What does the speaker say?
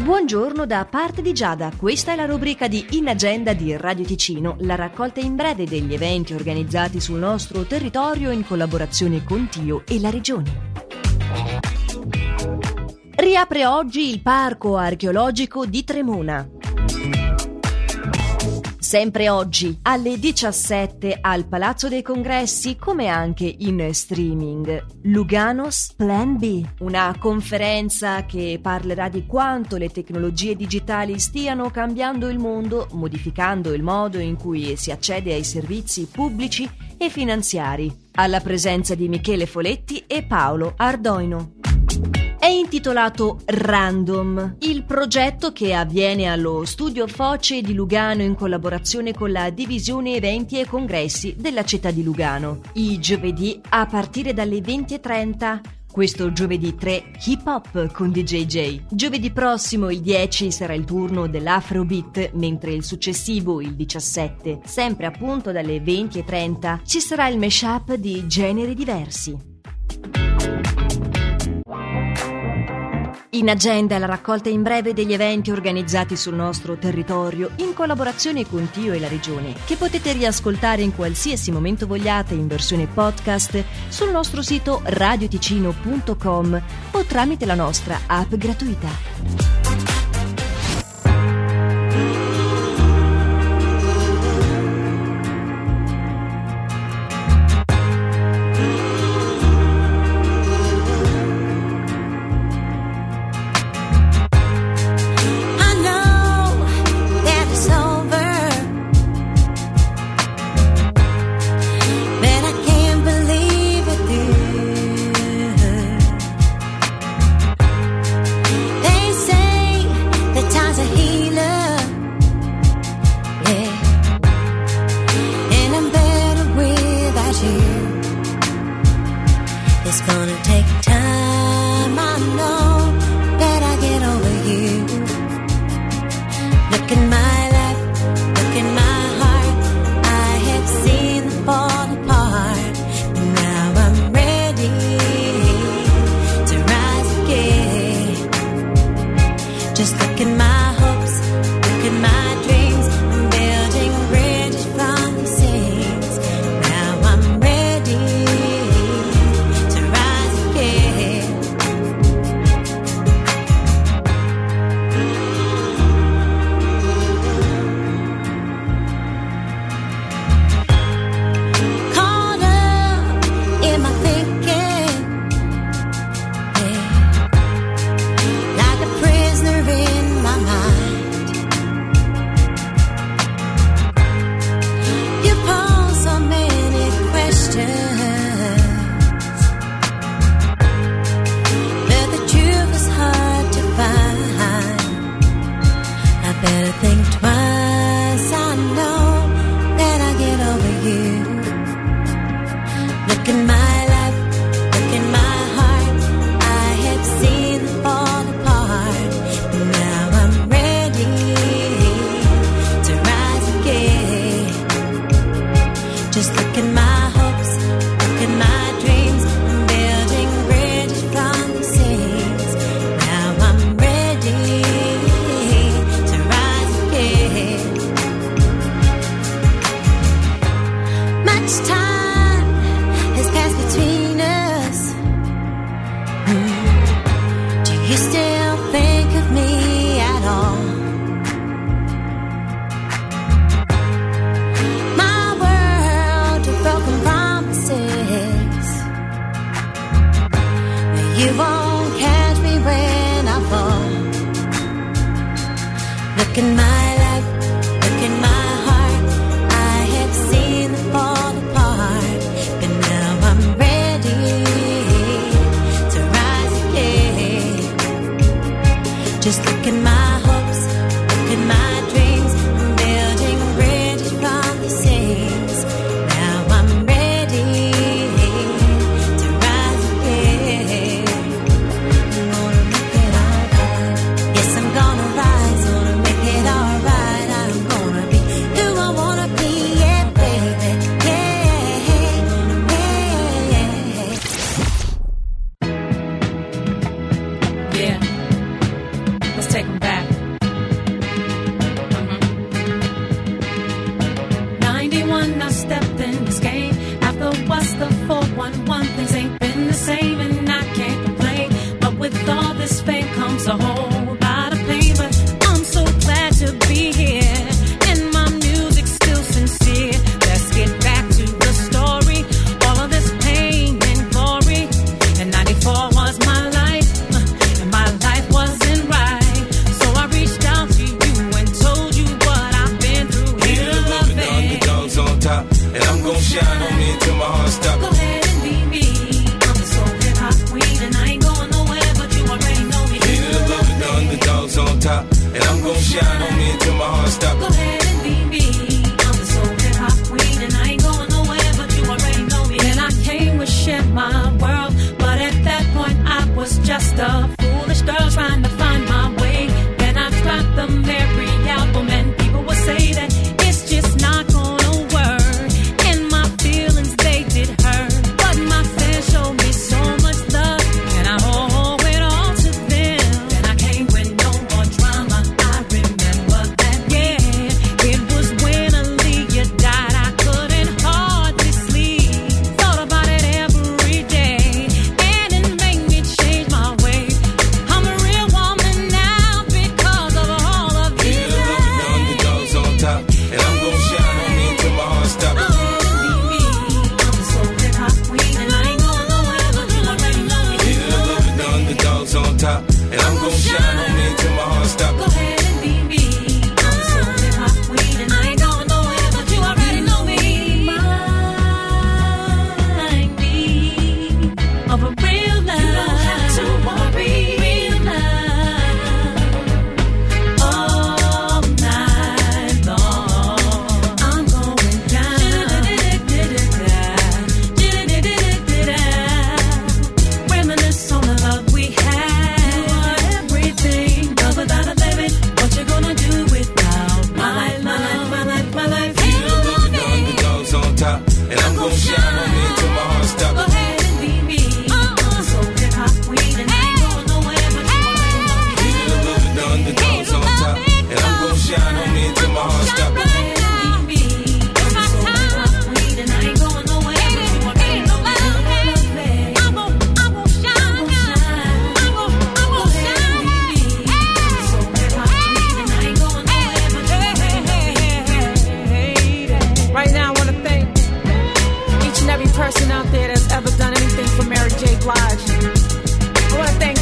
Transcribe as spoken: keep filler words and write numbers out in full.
Buongiorno da parte di Giada, questa è la rubrica di In Agenda di Radio Ticino, la raccolta in breve degli eventi organizzati sul nostro territorio in collaborazione con Tio e la Regione. Riapre oggi il Parco Archeologico di Tremona. Sempre oggi, alle diciassette, al Palazzo dei Congressi, come anche in streaming, Luganos Plan B, una conferenza che parlerà di quanto le tecnologie digitali stiano cambiando il mondo, modificando il modo in cui si accede ai servizi pubblici e finanziari, alla presenza di Michele Foletti e Paolo Ardoino. È intitolato Random, il progetto che avviene allo Studio Foce di Lugano in collaborazione con la divisione eventi e congressi della città di Lugano. I giovedì a partire dalle venti e trenta. Questo giovedì tre hip hop con D J J. Giovedì prossimo il dieci sarà il turno dell'Afrobeat, mentre il successivo, il diciassette, sempre appunto dalle venti e trenta, ci sarà il mashup di generi diversi. In agenda la raccolta in breve degli eventi organizzati sul nostro territorio in collaborazione con Tio e la Regione, che potete riascoltare in qualsiasi momento vogliate in versione podcast sul nostro sito radioticino punto com o tramite la nostra app gratuita. It's gonna take time, I know, that I get over you. Look in my life, look in my heart, I have seen them fall apart, and now I'm ready to rise again. Just look in my hopes, look in my dreams, I'm building bridges from these things. Now I'm ready. Better think twice, I know that I get over you. Look in my life, look in my heart, I have seen them fall apart, but now I'm ready to rise again. Just look in my hopes, look in my dreams, I'm building bridges from these things. Now I'm ready. Much time has passed between us. Mm. Do you still think of me at all? My world of broken promises. You won't catch me when I fall. Look in my life, look in my heart, I have seen them fall apart, but now I'm ready to rise again. Just look in my hopes, look in my dreams, I'm building bridges from these things. Now I'm ready to rise again. I'm gonna make it alright. Yes, I'm gonna rise, gonna make it alright. I'm gonna be who I wanna be, yeah, baby, yeah, yeah. Yeah, let's take stuff.